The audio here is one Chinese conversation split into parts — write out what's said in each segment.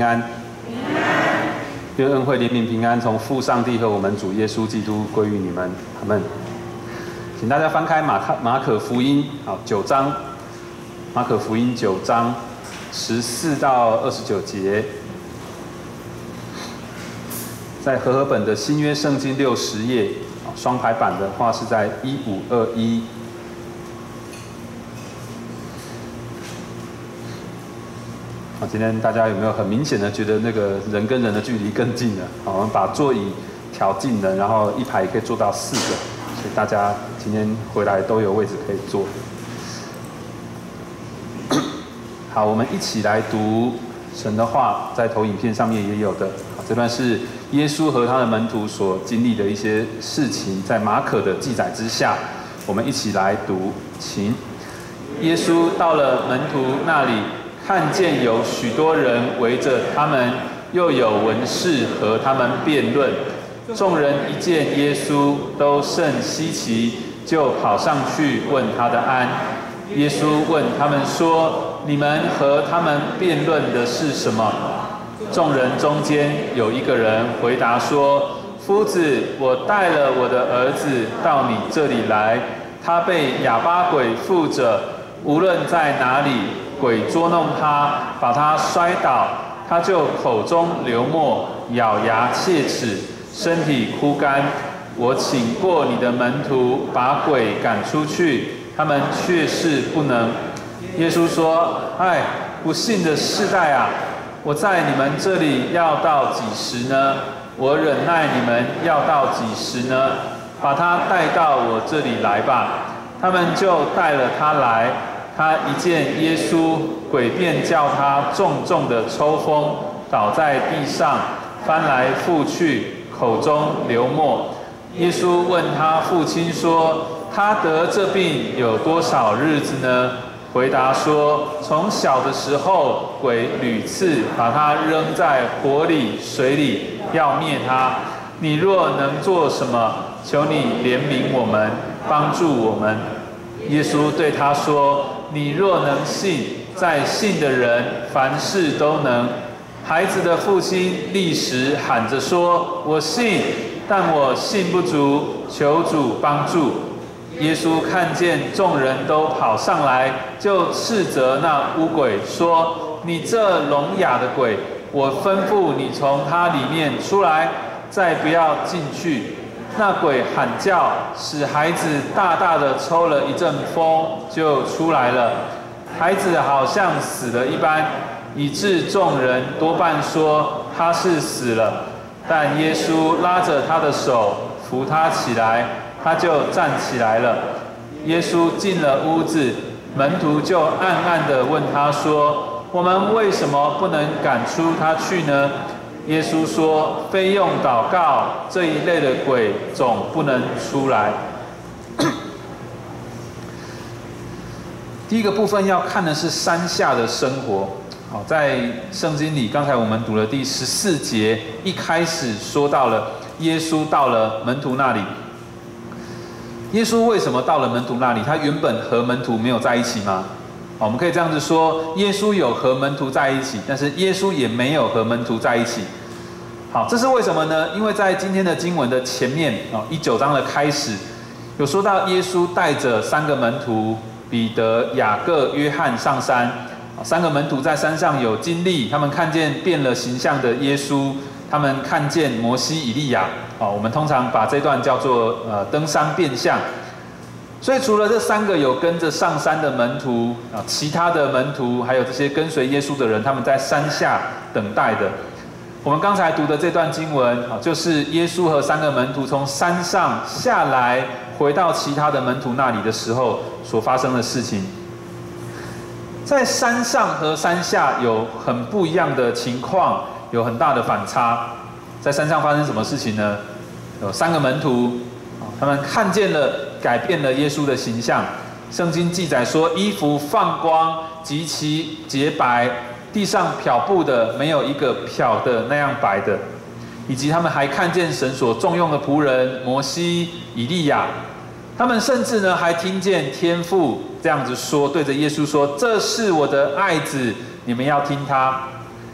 平安。愿恩惠、怜悯、平安从父上帝和我们主耶稣基督归于你们。阿们。请大家翻开马可福音9章，马可福音9章14到29节，在和合本的新约圣经60页，双排版的话是在1521。今天大家有没有很明显的觉得那个人跟人的距离更近了？我们把座椅调近了，然后一排可以坐到4个，所以大家今天回来都有位置可以坐。好，我们一起来读神的话，在投影片上面也有的。这段是耶稣和他的门徒所经历的一些事情，在马可的记载之下，我们一起来读。请，耶稣到了门徒那里，看见有许多人围着他们，又有文士和他们辩论。众人一见耶稣，都甚稀奇，就跑上去问他的安。耶稣问他们说：“你们和他们辩论的是什么？”众人中间有一个人回答说：“夫子，我带了我的儿子到你这里来，他被哑巴鬼附着，无论在哪里，鬼捉弄他，把他摔倒，他就口中流沫，咬牙切齿，身体枯干。我请过你的门徒把鬼赶出去，他们却是不能。”耶稣说：“唉，不信的世代啊！我在你们这里要到几时呢？我忍耐你们要到几时呢？把他带到我这里来吧。”他们就带了他来。他一见耶稣，鬼便叫他重重的抽风，倒在地上，翻来覆去，口中流沫。耶稣问他父亲说：“他得这病有多少日子呢？”回答说：“从小的时候，鬼屡次把他扔在火里、水里，要灭他。你若能做什么，求你怜悯我们，帮助我们。”耶稣对他说：“你若能信，在信的人凡事都能。”孩子的父亲立时喊着说：“我信，但我信不足，求主帮助。”耶稣看见众人都跑上来，就斥责那污鬼说：“你这聋哑的鬼，我吩咐你从他里面出来，再不要进去。”那鬼喊叫，使孩子大大的抽了一阵风，就出来了。孩子好像死了一般，以致众人多半说他是死了。但耶稣拉着他的手，扶他起来，他就站起来了。耶稣进了屋子，门徒就暗暗地问他说：“我们为什么不能赶出他去呢？”耶稣说：“非用祷告，这一类的鬼总不能出来。”第一个部分要看的是山下的生活。好，在圣经里，刚才我们读了第14节，一开始说到了耶稣到了门徒那里。耶稣为什么到了门徒那里？他原本和门徒没有在一起吗？我们可以这样子说，耶稣有和门徒在一起，但是耶稣也没有和门徒在一起。好，这是为什么呢？因为在今天的经文的前面19章的开始，有说到耶稣带着3个门徒彼得、雅各、约翰上山。3个门徒在山上有经历，他们看见变了形象的耶稣，他们看见摩西、以利亚。我们通常把这段叫做登山变相。所以除了这3个有跟着上山的门徒其他的门徒还有这些跟随耶稣的人，他们在山下等待的。我们刚才读的这段经文就是耶稣和3个门徒从山上下来，回到其他的门徒那里的时候所发生的事情。在山上和山下有很不一样的情况，有很大的反差。在山上发生什么事情呢？有3个门徒，他们看见了改变了耶稣的形象。圣经记载说，衣服放光，极其洁白，地上漂布的没有一个漂的那样白的。以及他们还看见神所重用的仆人摩西、以利亚。他们甚至呢还听见天父这样子说，对着耶稣说：“这是我的爱子，你们要听他。”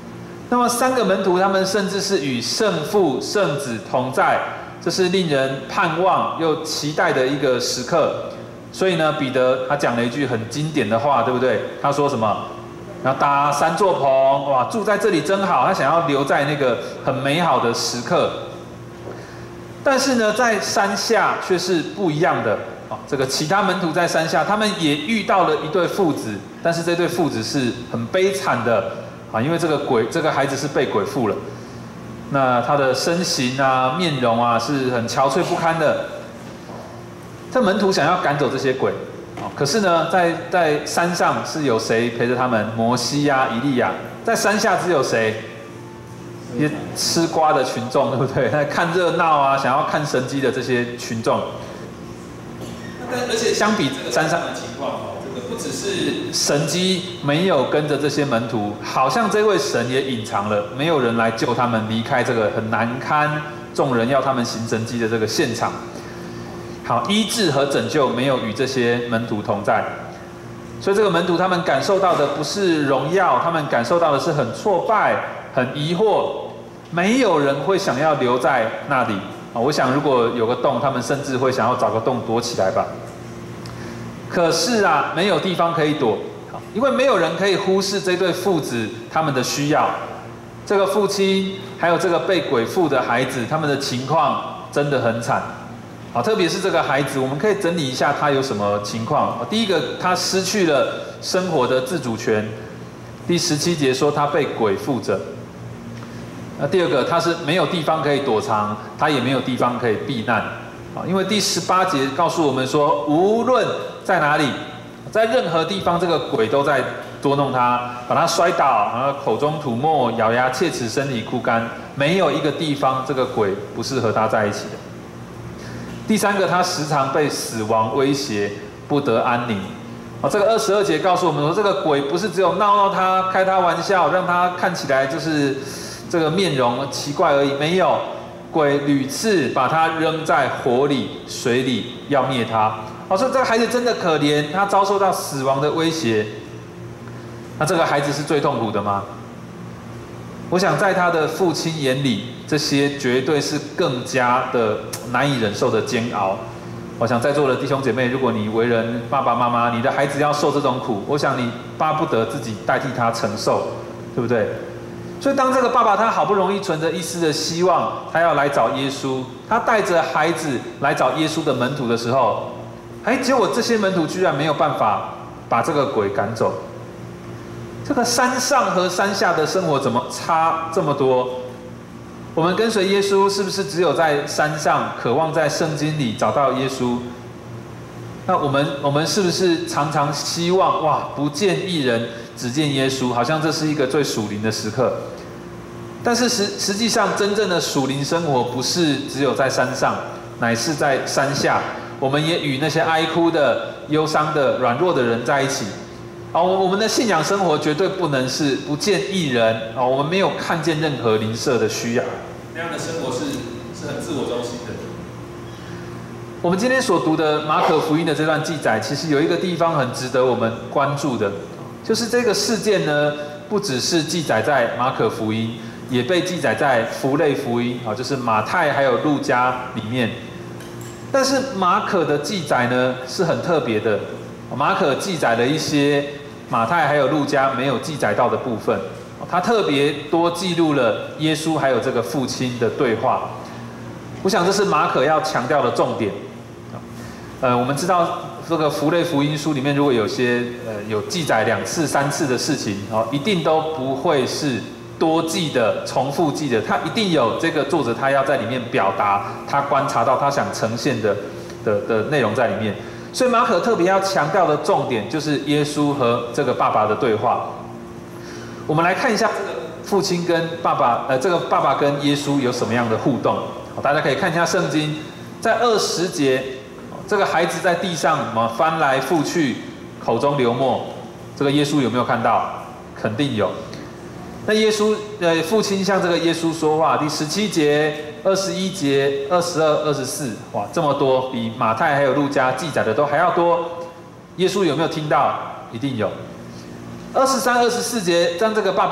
那么3个门徒，他们甚至是与圣父、圣子同在，这是令人盼望又期待的一个时刻。所以呢，彼得他讲了一句很经典的话，对不对？他说什么？要搭3座棚，哇，住在这里真好。他想要留在那个很美好的时刻。但是呢，在山下却是不一样的。这个其他门徒在山下，他们也遇到了一对父子，但是这对父子是很悲惨的啊，因为这个孩子是被鬼附了。那他的身形啊、面容啊是很憔悴不堪的。这门徒想要赶走这些鬼，可是呢，在山上是有谁陪着他们？摩西啊、以利亚。在山下只有谁？一些吃瓜的群众，对不对？看热闹啊，想要看神迹的这些群众。而且相比这个山上的情况，这个不只是神迹没有跟着这些门徒，好像这位神也隐藏了，没有人来救他们离开这个很难堪、众人要他们行神迹的这个现场。好，医治和拯救没有与这些门徒同在，所以这个门徒他们感受到的不是荣耀，他们感受到的是很挫败、很疑惑，没有人会想要留在那里。我想如果有个洞，他们甚至会想要找个洞躲起来吧。可是啊，没有地方可以躲，因为没有人可以忽视这对父子他们的需要。这个父亲还有这个被鬼附的孩子，他们的情况真的很惨。好，特别是这个孩子，我们可以整理一下他有什么情况。第一个，他失去了生活的自主权。第17节说他被鬼附着。那第二个，他是没有地方可以躲藏，他也没有地方可以避难。因为第18节告诉我们说，无论在哪里，在任何地方，这个鬼都在捉弄他，把他摔倒，然后口中吐沫，咬牙切齿，身体枯干，没有一个地方这个鬼不是和他在一起的。第3个，他时常被死亡威胁，不得安宁。这个22节告诉我们说，这个鬼不是只有闹闹他、开他玩笑，让他看起来就是这个面容奇怪而已，没有。鬼屡次把他扔在火里、水里，要灭他。所以这个孩子真的可怜，他遭受到死亡的威胁。那这个孩子是最痛苦的吗？我想在他的父亲眼里，这些绝对是更加的难以忍受的煎熬。我想在座的弟兄姐妹，如果你为人爸爸妈妈，你的孩子要受这种苦，我想你巴不得自己代替他承受，对不对？所以当这个爸爸他好不容易存着一丝的希望，他要来找耶稣，他带着孩子来找耶稣的门徒的时候，结果这些门徒居然没有办法把这个鬼赶走。这个山上和山下的生活怎么差这么多？我们跟随耶稣，是不是只有在山上渴望在圣经里找到耶稣？那我们是不是常常希望哇，不见一人，只见耶稣，好像这是一个最属灵的时刻？但是实际上，真正的属灵生活不是只有在山上，乃是在山下。我们也与那些哀哭的、忧伤的、软弱的人在一起。我们的信仰生活绝对不能是不见一人。我们没有看见任何邻舍的需要，那样的生活是很自我中心的。我们今天所读的马可福音的这段记载，其实有一个地方很值得我们关注的，就是这个事件呢，不只是记载在马可福音，也被记载在符类福音，就是马太还有路加里面。但是马可的记载呢是很特别的，马可记载了一些马太还有路加没有记载到的部分，他特别多记录了耶稣还有这个父亲的对话。我想这是马可要强调的重点。我们知道这个符类福音书里面，如果有些有记载2次、3次的事情，一定都不会是多记的、重复记的，他一定有这个作者他要在里面表达他观察到他想呈现的内容在里面。所以马可特别要强调的重点就是耶稣和这个爸爸的对话。我们来看一下这个父亲跟爸爸，这个爸爸跟耶稣有什么样的互动？大家可以看一下圣经，在20节，这个孩子在地上翻来覆去，口中流沫，这个耶稣有没有看到？肯定有。那耶稣父亲向这个耶稣说话，第17节、21节、22、24，哇，这么多，比马太还有路加记载的都还要多。耶稣有没有听到？一定有。23、24节，当这个爸爸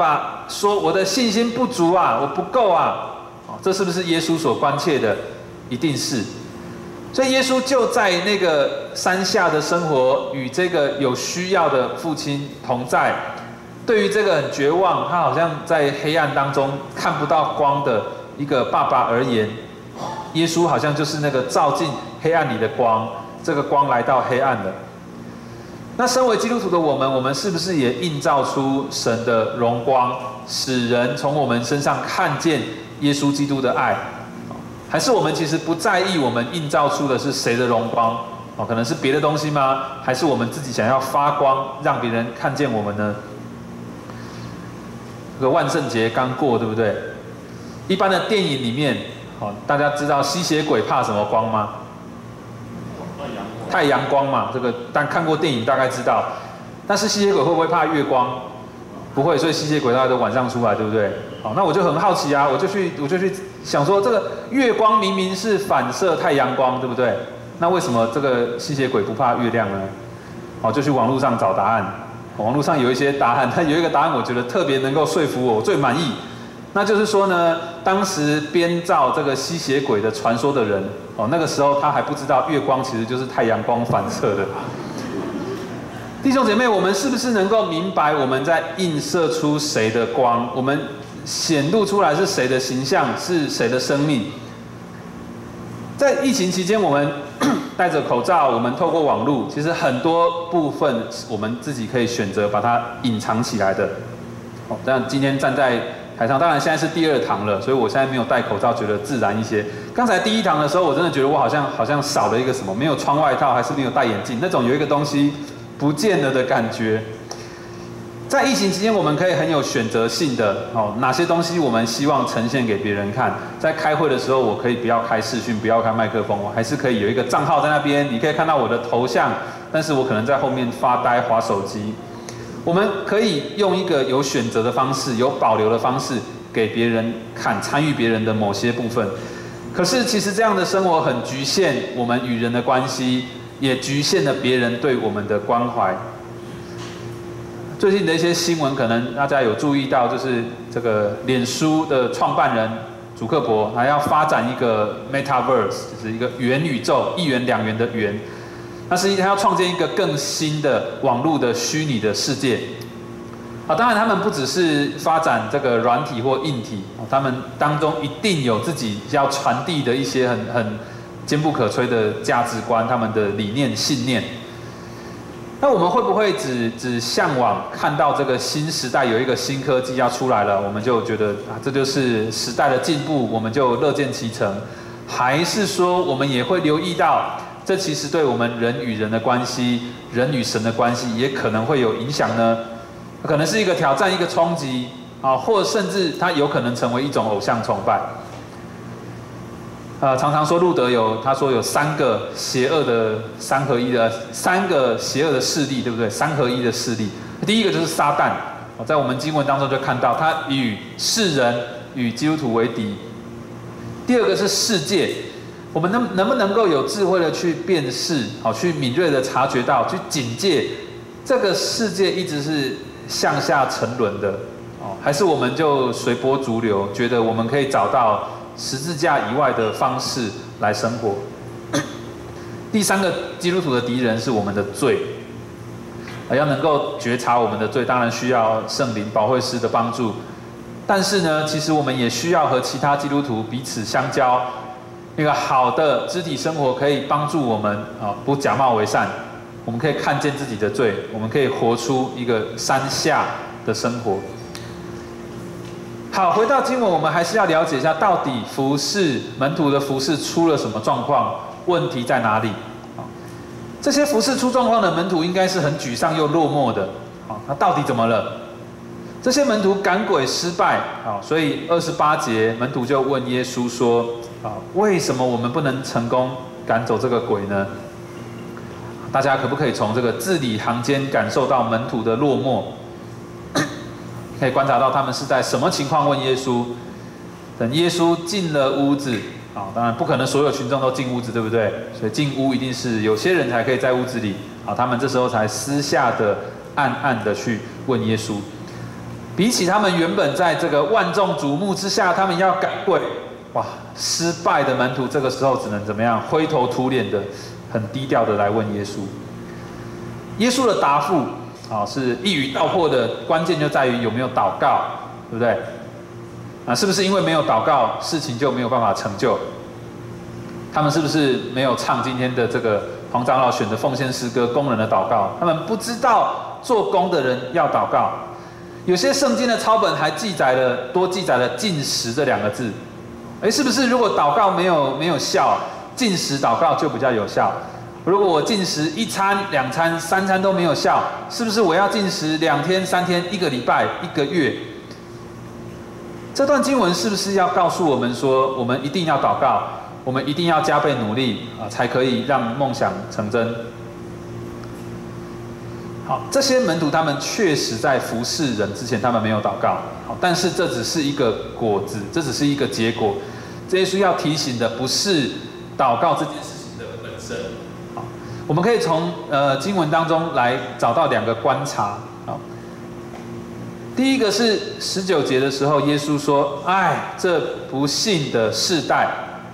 说我的信心不足啊，我不够啊。这是不是耶稣所关切的？一定是。所以耶稣就在那个山下的生活，与这个有需要的父亲同在。对于这个很绝望，他好像在黑暗当中看不到光的一个爸爸而言，耶稣好像就是那个照进黑暗里的光，这个光来到黑暗了。那身为基督徒的我们是不是也映照出神的荣光，使人从我们身上看见耶稣基督的爱？还是我们其实不在意我们映照出的是谁的荣光？可能是别的东西吗？还是我们自己想要发光，让别人看见我们呢？这个万圣节刚过，对不对？一般的电影里面，大家知道吸血鬼怕什么光吗？太阳光嘛，这个但看过电影大概知道。但是吸血鬼会不会怕月光？不会，所以吸血鬼大家都晚上出来，对不对？好，那我就很好奇啊，我就去想说，这个月光明明是反射太阳光，对不对？那为什么这个吸血鬼不怕月亮呢？就去网络上找答案。网络上有一些答案，但有一个答案我觉得特别能够说服我，最满意。那就是说呢，当时编造这个吸血鬼的传说的人，那个时候他还不知道月光其实就是太阳光反射的。弟兄姐妹，我们是不是能够明白我们在映射出谁的光？我们显露出来是谁的形象，是谁的生命？在疫情期间，我们戴着口罩，我们透过网络，其实很多部分我们自己可以选择把它隐藏起来的。但今天站在台上，当然现在是第2堂了，所以我现在没有戴口罩，觉得自然一些。刚才第1堂的时候，我真的觉得我好像少了一个什么，没有穿外套，还是没有戴眼镜，那种有一个东西不见了的感觉。在疫情期间，我们可以很有选择性的，哪些东西我们希望呈现给别人看。在开会的时候，我可以不要开视讯，不要开麦克风，我还是可以有一个账号在那边，你可以看到我的头像，但是我可能在后面发呆滑手机。我们可以用一个有选择的方式，有保留的方式给别人看，参与别人的某些部分。可是其实这样的生活很局限我们与人的关系，也局限了别人对我们的关怀。最近的一些新闻，可能大家有注意到，就是这个脸书的创办人祖克伯，还要发展一个 Metaverse， 就是一个元宇宙，1元2元的元。那实际他要创建一个更新的网络的虚拟的世界。当然他们不只是发展这个软体或硬体，他们当中一定有自己要传递的一些很坚不可摧的价值观，他们的理念信念。那我们会不会只向往看到这个新时代有一个新科技要出来了，我们就觉得这就是时代的进步，我们就乐见其成？还是说我们也会留意到，这其实对我们人与人的关系、人与神的关系也可能会有影响呢？可能是一个挑战、一个冲击或甚至它有可能成为一种偶像崇拜。常常说路德他说有3个邪恶的3合一的3个邪恶的势力，对不对？3合一的势力。第一个就是撒旦，在我们经文当中就看到他与世人、与基督徒为敌。第2个是世界，我们能不能够有智慧的去辨识，去敏锐的察觉到，去警戒这个世界一直是向下沉沦的，还是我们就随波逐流，觉得我们可以找到十字架以外的方式来生活？第3个基督徒的敌人是我们的罪，要能够觉察我们的罪，当然需要圣灵保惠师的帮助。但是呢，其实我们也需要和其他基督徒彼此相交，那个好的肢体生活可以帮助我们不假冒为善，我们可以看见自己的罪，我们可以活出一个山下的生活。好，回到经文，我们还是要了解一下，到底服事门徒的服事出了什么状况，问题在哪里？这些服事出状况的门徒应该是很沮丧又落寞的。那到底怎么了？这些门徒赶鬼失败，所以28节门徒就问耶稣说：为什么我们不能成功赶走这个鬼呢？大家可不可以从这个字里行间感受到门徒的落寞？可以观察到他们是在什么情况问耶稣。等耶稣进了屋子，当然不可能所有群众都进屋子，对不对？所以进屋一定是有些人才可以在屋子里，他们这时候才私下的暗暗的去问耶稣。 比起他们原本在这个万众瞩目之下，他们要赶鬼，哇，失败的门徒这个时候只能怎么样？灰头土脸的，很低调的来问耶稣。耶稣的答复是一语道破的，关键就在于有没有祷告，对不对？是不是因为没有祷告，事情就没有办法成就？他们是不是没有唱今天的这个黄长老选的奉献诗歌工人的祷告？他们不知道做工的人要祷告。有些圣经的抄本还多记载了禁食这2个字。是不是如果祷告没有效，禁食祷告就比较有效？如果我禁食1餐、2餐、3餐都没有效，是不是我要禁食2天、3天、1个礼拜、1个月？这段经文是不是要告诉我们说，我们一定要祷告，我们一定要加倍努力才可以让梦想成真？好，这些门徒他们确实在服侍人之前，他们没有祷告。好，但是这只是一个果子，这只是一个结果。耶稣要提醒的不是祷告这件事情的本身。好，我们可以从经文当中来找到2个观察。好，第一个是19节的时候，耶稣说：“哎，这不信的世代。”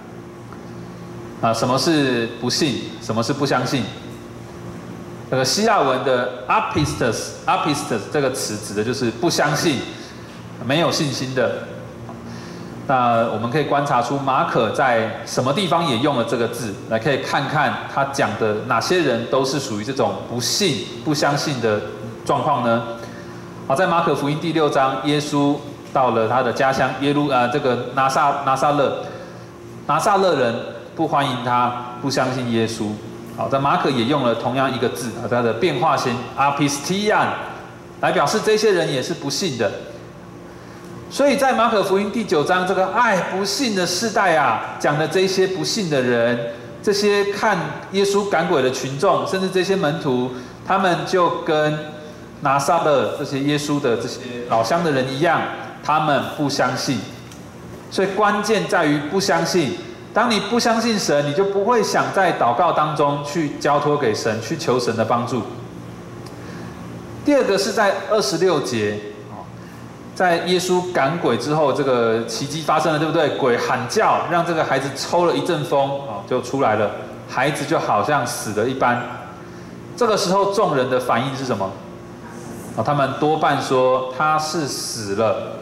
什么是不信？什么是不相信？这个希腊文的 apistos 这个词指的就是不相信、没有信心的。那我们可以观察出马可在什么地方也用了这个字，来可以看看他讲的哪些人都是属于这种不信、不相信的状况呢？好，在马可福音第6章，耶稣到了他的家乡这个拿撒勒人不欢迎他，不相信耶稣。好，在马可也用了同样一个字，它的变化型 apistian 来表示这些人也是不信的。所以在马可福音第9章，这个不信的世代讲的这些不信的人，这些看耶稣赶鬼的群众，甚至这些门徒，他们就跟拿撒勒这些耶稣的这些老乡的人一样，他们不相信。所以关键在于不相信。当你不相信神，你就不会想在祷告当中去交托给神，去求神的帮助。第二个是在26节，在耶稣赶鬼之后，这个奇迹发生了，对不对？鬼喊叫，让这个孩子抽了一阵风，就出来了，孩子就好像死了一般。这个时候众人的反应是什么？他们多半说他是死了。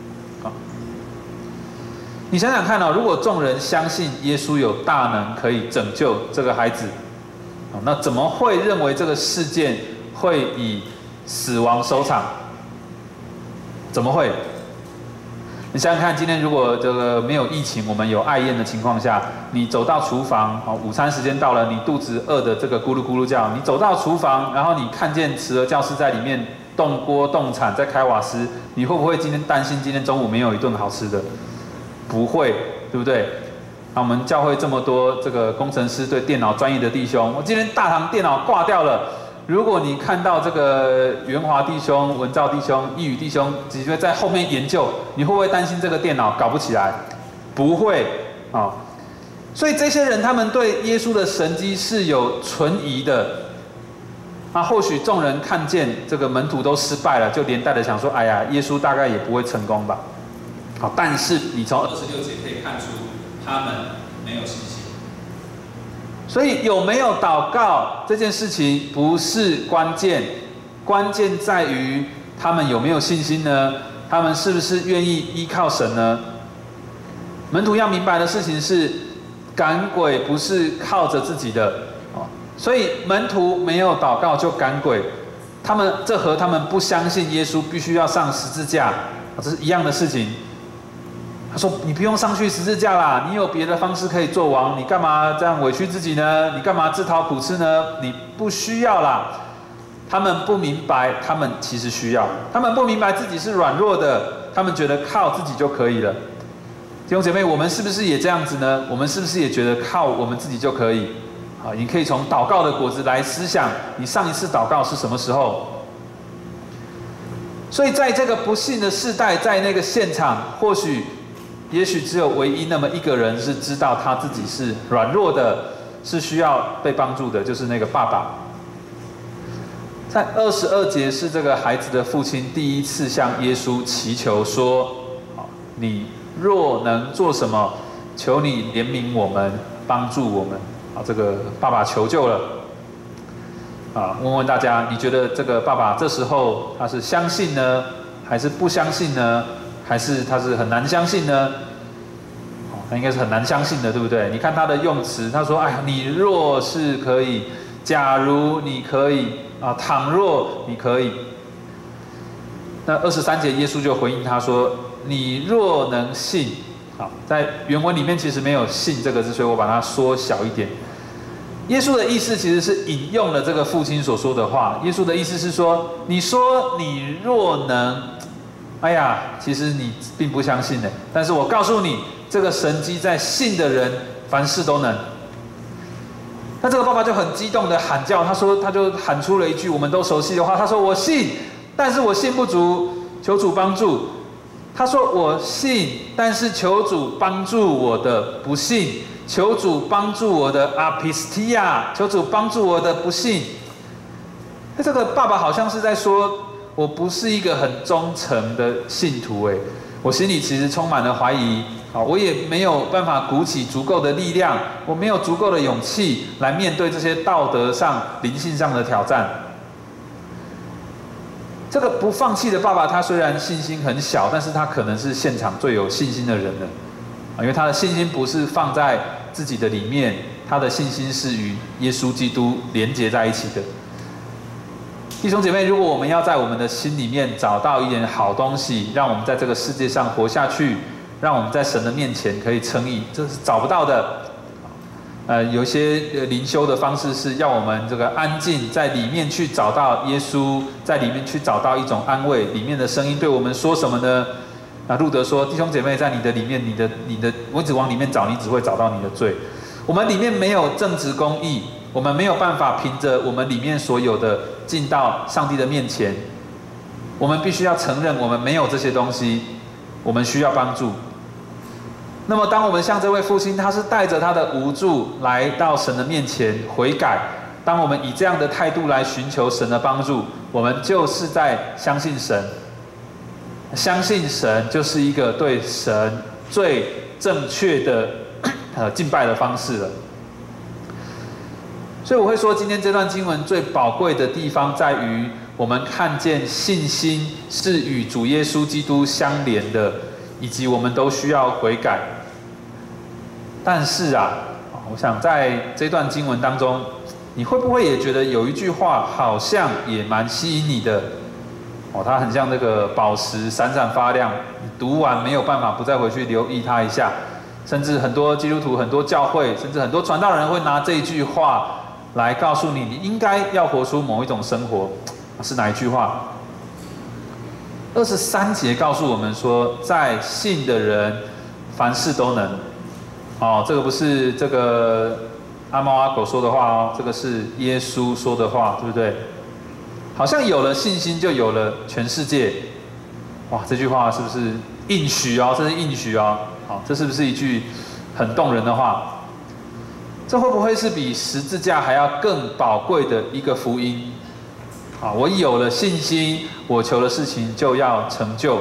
你想想看如果众人相信耶稣有大能可以拯救这个孩子，那怎么会认为这个事件会以死亡收场？怎么会？你想想看，今天如果这个没有疫情，我们有爱宴的情况下，你走到厨房，午餐时间到了，你肚子饿的这个咕噜咕噜叫，你走到厨房，然后你看见慈儿教师在里面动锅动铲在开瓦斯，你会不会今天担心今天中午没有一顿好吃的？不会，对不对？我们教会这么多这个工程师对电脑专业的弟兄，我今天大堂电脑挂掉了。如果你看到这个元华弟兄、文照弟兄、义宇弟兄直接在后面研究，你会不会担心这个电脑搞不起来？不会所以这些人他们对耶稣的神迹是有存疑的。或许众人看见这个门徒都失败了，就连带的想说：“哎呀，耶稣大概也不会成功吧。”但是你从26节可以看出，他们没有信心。所以有没有祷告这件事情不是关键，关键在于他们有没有信心呢？他们是不是愿意依靠神呢？门徒要明白的事情是，赶鬼不是靠着自己的所以门徒没有祷告就赶鬼，这和他们不相信耶稣必须要上十字架，这是一样的事情。他说：“你不用上去十字架啦，你有别的方式可以做王，你干嘛这样委屈自己呢？你干嘛自讨苦吃呢？你不需要啦。”他们不明白，他们其实需要。他们不明白自己是软弱的，他们觉得靠自己就可以了。弟兄姐妹，我们是不是也这样子呢？我们是不是也觉得靠我们自己就可以？你可以从祷告的果子来思想，你上一次祷告是什么时候？所以在这个不幸的世代，在那个现场，也许只有唯一那么一个人是知道他自己是软弱的，是需要被帮助的，就是那个爸爸。 在22节是这个孩子的父亲第一次向耶稣祈求说：“你若能做什么，求你怜悯我们，帮助我们。”这个爸爸求救了。问问大家，你觉得这个爸爸这时候他是相信呢，还是不相信呢？还是他是很难相信呢？他应该是很难相信的，对不对？你看他的用词，他说：“哎呀，你若是可以，假如你可以倘若你可以。”那23节耶稣就回应他说：“你若能信。”好，在原文里面其实没有“信”这个字，所以我把它缩小一点。耶稣的意思其实是引用了这个父亲所说的话。耶稣的意思是说：“你说你若能，哎呀，其实你并不相信的。但是我告诉你，这个神迹在信的人，凡事都能。”那这个爸爸就很激动的喊叫，他就喊出了一句我们都熟悉的话，他说：“我信，但是我信不足，求主帮助。”他说：“我信，但是求主帮助我的不信，求主帮助我的阿皮斯提亚，求主帮助我的不信。”那这个爸爸好像是在说，我不是一个很忠诚的信徒，我心里其实充满了怀疑，我也没有办法鼓起足够的力量，我没有足够的勇气来面对这些道德上、灵性上的挑战。这个不放弃的爸爸，他虽然信心很小，但是他可能是现场最有信心的人了，因为他的信心不是放在自己的里面，他的信心是与耶稣基督连结在一起的。弟兄姐妹，如果我们要在我们的心里面找到一点好东西，让我们在这个世界上活下去，让我们在神的面前可以称义，这是找不到的。有一些灵修的方式是要我们这个安静，在里面去找到耶稣，在里面去找到一种安慰。里面的声音对我们说什么呢？路德说：“弟兄姐妹，在你的里面，你的，我只往里面找，你只会找到你的罪。我们里面没有正直公义，我们没有办法凭着我们里面所有的进到上帝的面前。我们必须要承认，我们没有这些东西，我们需要帮助。”那么，当我们像这位父亲，他是带着他的无助来到神的面前悔改。当我们以这样的态度来寻求神的帮助，我们就是在相信神。相信神就是一个对神最正确的敬拜的方式了。所以我会说，今天这段经文最宝贵的地方在于，我们看见信心是与主耶稣基督相连的，以及我们都需要悔改。但是我想在这段经文当中，你会不会也觉得有一句话好像也蛮吸引你的？它很像那个宝石闪闪发亮，你读完没有办法不再回去留意它一下。甚至很多基督徒、很多教会，甚至很多传道人会拿这一句话来告诉你，你应该要活出某一种生活。是哪一句话？23节告诉我们说，在信的人凡事都能。这个不是这个阿猫阿狗说的话这个是耶稣说的话，对不对？好像有了信心就有了全世界。哇，这句话是不是应许这是应许这是不是一句很动人的话？这会不会是比十字架还要更宝贵的一个福音？我有了信心，我求的事情就要成就。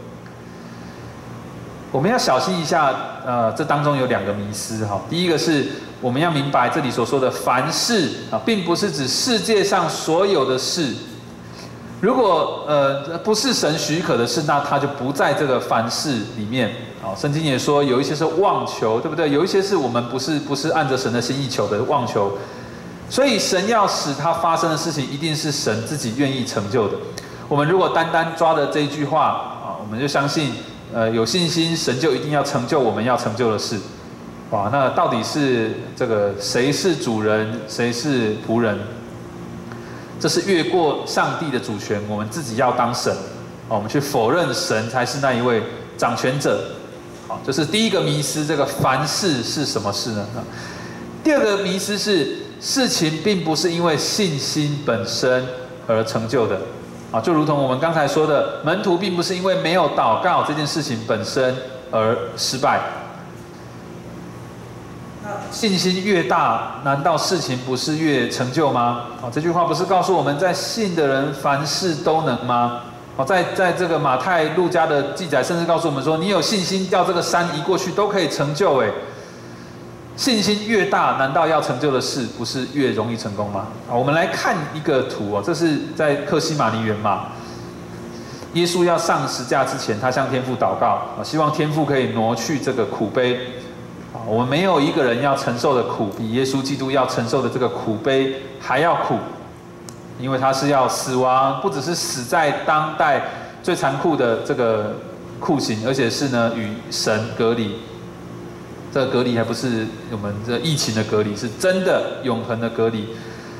我们要小心一下，这当中有2个迷思第一个是我们要明白这里所说的凡事并不是指世界上所有的事。如果不是神许可的事，那它就不在这个凡事里面。圣经也说有一些是妄求，对不对？有一些是我们不是按着神的心意求的妄求。所以神要使它发生的事情，一定是神自己愿意成就的。我们如果单单抓着这一句话我们就相信有信心，神就一定要成就我们要成就的事。那到底是这个谁是主人，谁是仆人？这是越过上帝的主权，我们自己要当神。我们去否认神才是那一位掌权者。这是第一个迷思，这个凡事是什么事呢？第2个迷思是，事情并不是因为信心本身而成就的。就如同我们刚才说的，门徒并不是因为没有祷告这件事情本身而失败。 信心越大，难道事情不是越成就吗？这句话不是告诉我们在信的人凡事都能吗？在这个马太、路加的记载，甚至告诉我们说，你有信心叫这个山移过去都可以成就。信心越大，难道要成就的事不是越容易成功吗？我们来看一个图，这是在客西马尼园嘛。耶稣要上十架之前，他向天父祷告，希望天父可以挪去这个苦杯。我们没有一个人要承受的苦，比耶稣基督要承受的这个苦杯还要苦，因为他是要死亡，不只是死在当代最残酷的这个酷刑，而且是呢与神隔离。这个隔离还不是我们这疫情的隔离，是真的永恒的隔离。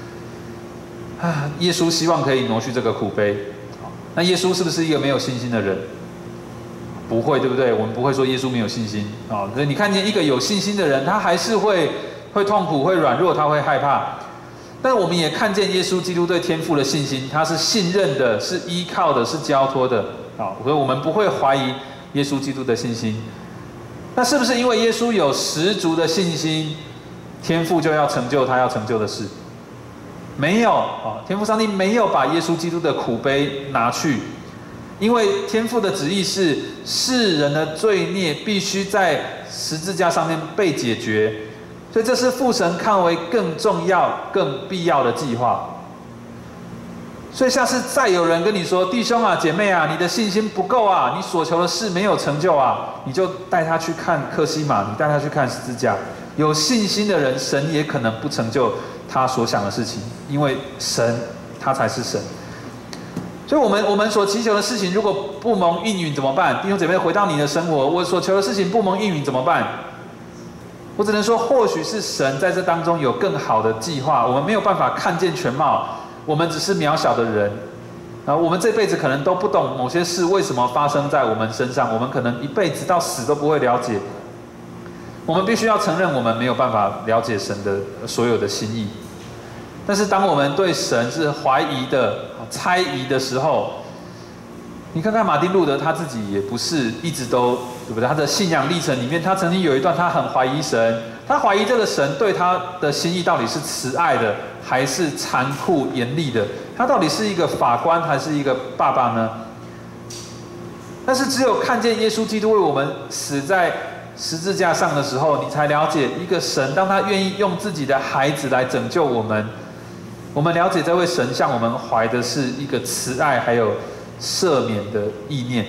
耶稣希望可以挪去这个苦杯。那耶稣是不是一个没有信心的人？不会，对不对？我们不会说耶稣没有信心啊。所以你看见一个有信心的人，他还是会痛苦、会软弱，他会害怕。但我们也看见耶稣基督对天父的信心，他是信任的，是依靠的，是交托的啊。所以我们不会怀疑耶稣基督的信心。那是不是因为耶稣有十足的信心，天父就要成就他要成就的事？没有啊，天父上帝没有把耶稣基督的苦杯拿去，因为天父的旨意是世人的罪孽必须在十字架上面被解决，所以这是父神看为更重要、更必要的计划。所以下次再有人跟你说，弟兄啊、姐妹啊，你的信心不够啊，你所求的事没有成就啊，你就带他去看客西马，你带他去看十字架。有信心的人，神也可能不成就他所想的事情，因为神他才是神。所以我们所祈求的事情，如果不蒙应允怎么办？弟兄姐妹，回到你的生活，我所求的事情不蒙应允怎么办？我只能说，或许是神在这当中有更好的计划，我们没有办法看见全貌。我们只是渺小的人，我们这辈子可能都不懂某些事为什么发生在我们身上，我们可能一辈子到死都不会了解。我们必须要承认，我们没有办法了解神的所有的心意。但是当我们对神是怀疑的、猜疑的时候，你看看马丁路德他自己也不是一直都，对不对？他的信仰历程里面，他曾经有一段他很怀疑神，他怀疑这个神对他的心意到底是慈爱的，还是残酷严厉的？他到底是一个法官还是一个爸爸呢？但是只有看见耶稣基督为我们死在十字架上的时候，你才了解一个神，当他愿意用自己的孩子来拯救我们，我们了解这位神向我们怀的是一个慈爱还有赦免的意念。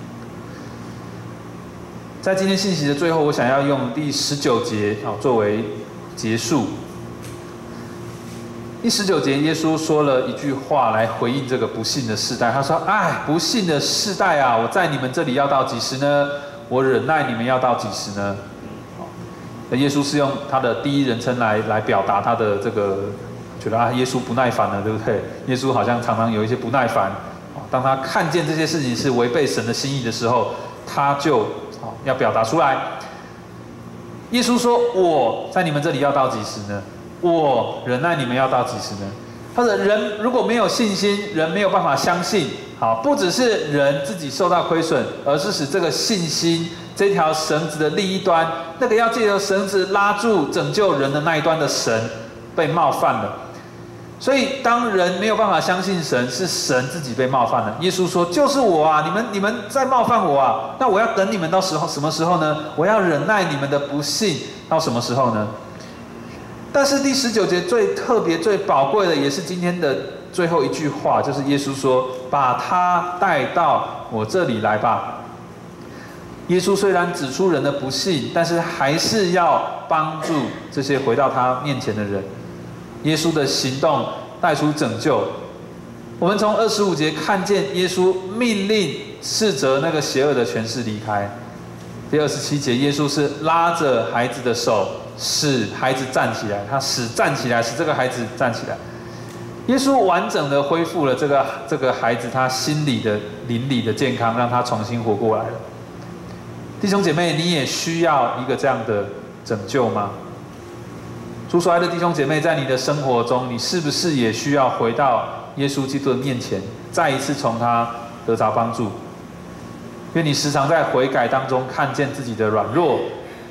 在今天信息的最后，我想要用第19节作为结束。第19节，耶稣说了一句话来回应这个不信的世代。他说：“哎，不信的世代啊，我在你们这里要到几时呢？我忍耐你们要到几时呢？”耶稣是用他的第一人称来表达他的这个，觉得耶稣不耐烦了，对不对？耶稣好像常常有一些不耐烦。当他看见这些事情是违背神的心意的时候，他就要表达出来。耶稣说：“我在你们这里要到几时呢？我忍耐你们要到几时呢？”他说：“人如果没有信心，人没有办法相信。不只是人自己受到亏损，而是使这个信心这条绳子的另一端，那个要借由绳子拉住拯救人的那一端的神被冒犯了。所以当人没有办法相信神，是神自己被冒犯了。耶稣说：就是我啊，你们在冒犯我啊，那我要等你们到什么时候呢？我要忍耐你们的不信到什么时候呢？”但是第19节最特别、最宝贵的，也是今天的最后一句话，就是耶稣说：“把他带到我这里来吧。”耶稣虽然指出人的不信，但是还是要帮助这些回到他面前的人。耶稣的行动带出拯救。我们从25节看见耶稣命令斥责那个邪恶的权势离开。第27节，耶稣是拉着孩子的手，使孩子站起来，他使站起来，使这个孩子站起来。耶稣完整的恢复了这个孩子他心理的灵里的健康，让他重新活过来了。弟兄姐妹，你也需要一个这样的拯救吗？主所爱的弟兄姐妹，在你的生活中，你是不是也需要回到耶稣基督的面前，再一次从他得着帮助？因为你时常在悔改当中看见自己的软弱，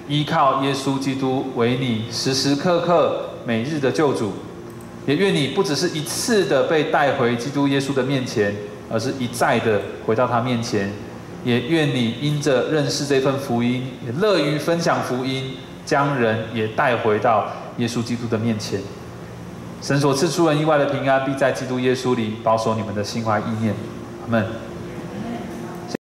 依靠耶稣基督为你时时刻刻每日的救主。也愿你不只是一次的被带回基督耶稣的面前，而是一再的回到他面前。也愿你因着认识这份福音，也乐于分享福音，将人也带回到耶稣基督的面前。神所赐出人意外的平安，必在基督耶稣里保守你们的心怀意念。阿们。